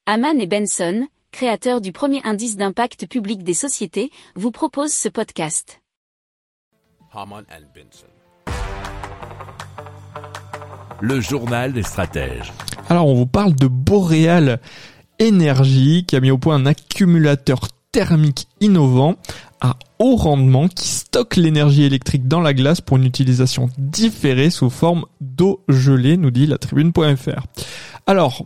Hamann et Benson, créateurs du premier indice d'impact public des sociétés, vous proposent ce podcast. Hamann and Benson. Le journal des stratèges. Alors on vous parle de Boreal Energy qui a mis au point un accumulateur thermique innovant à haut rendement qui stocke l'énergie électrique dans la glace pour une utilisation différée sous forme d'eau gelée, nous dit latribune.fr. Alors,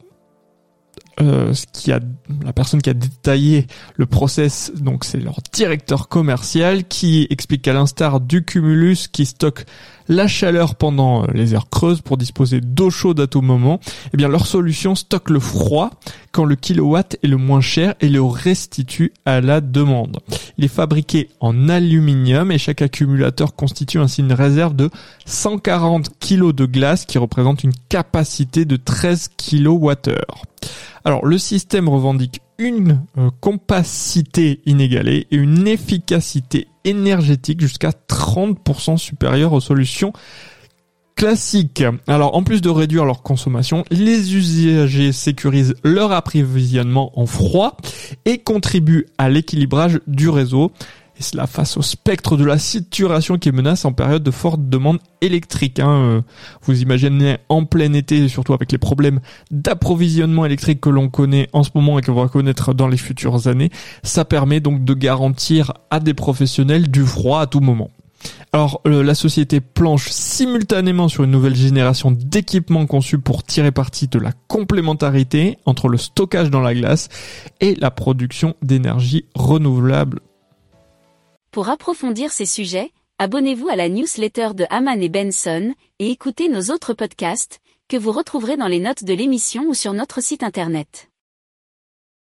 la personne qui a détaillé le process, donc c'est leur directeur commercial qui explique qu'à l'instar du Cumulus qui stocke la chaleur pendant les heures creuses pour disposer d'eau chaude à tout moment, eh bien leur solution stocke le froid quand le kilowatt est le moins cher et le restitue à la demande. Il est fabriqué en aluminium et chaque accumulateur constitue ainsi une réserve de 140 kg de glace qui représente une capacité de 13 kWh. Alors, le système revendique une compacité inégalée et une efficacité énergétique jusqu'à 30% supérieure aux solutions classiques. Alors, en plus de réduire leur consommation, les usagers sécurisent leur approvisionnement en froid et contribuent à l'équilibrage du réseau. Et cela face au spectre de la saturation qui menace en période de forte demande électrique. Vous imaginez en plein été, surtout avec les problèmes d'approvisionnement électrique que l'on connaît en ce moment et qu'on va connaître dans les futures années. Ça permet donc de garantir à des professionnels du froid à tout moment. Alors, la société planche simultanément sur une nouvelle génération d'équipements conçus pour tirer parti de la complémentarité entre le stockage dans la glace et la production d'énergie renouvelable. Pour approfondir ces sujets, abonnez-vous à la newsletter de Hamann et Benson et écoutez nos autres podcasts que vous retrouverez dans les notes de l'émission ou sur notre site internet.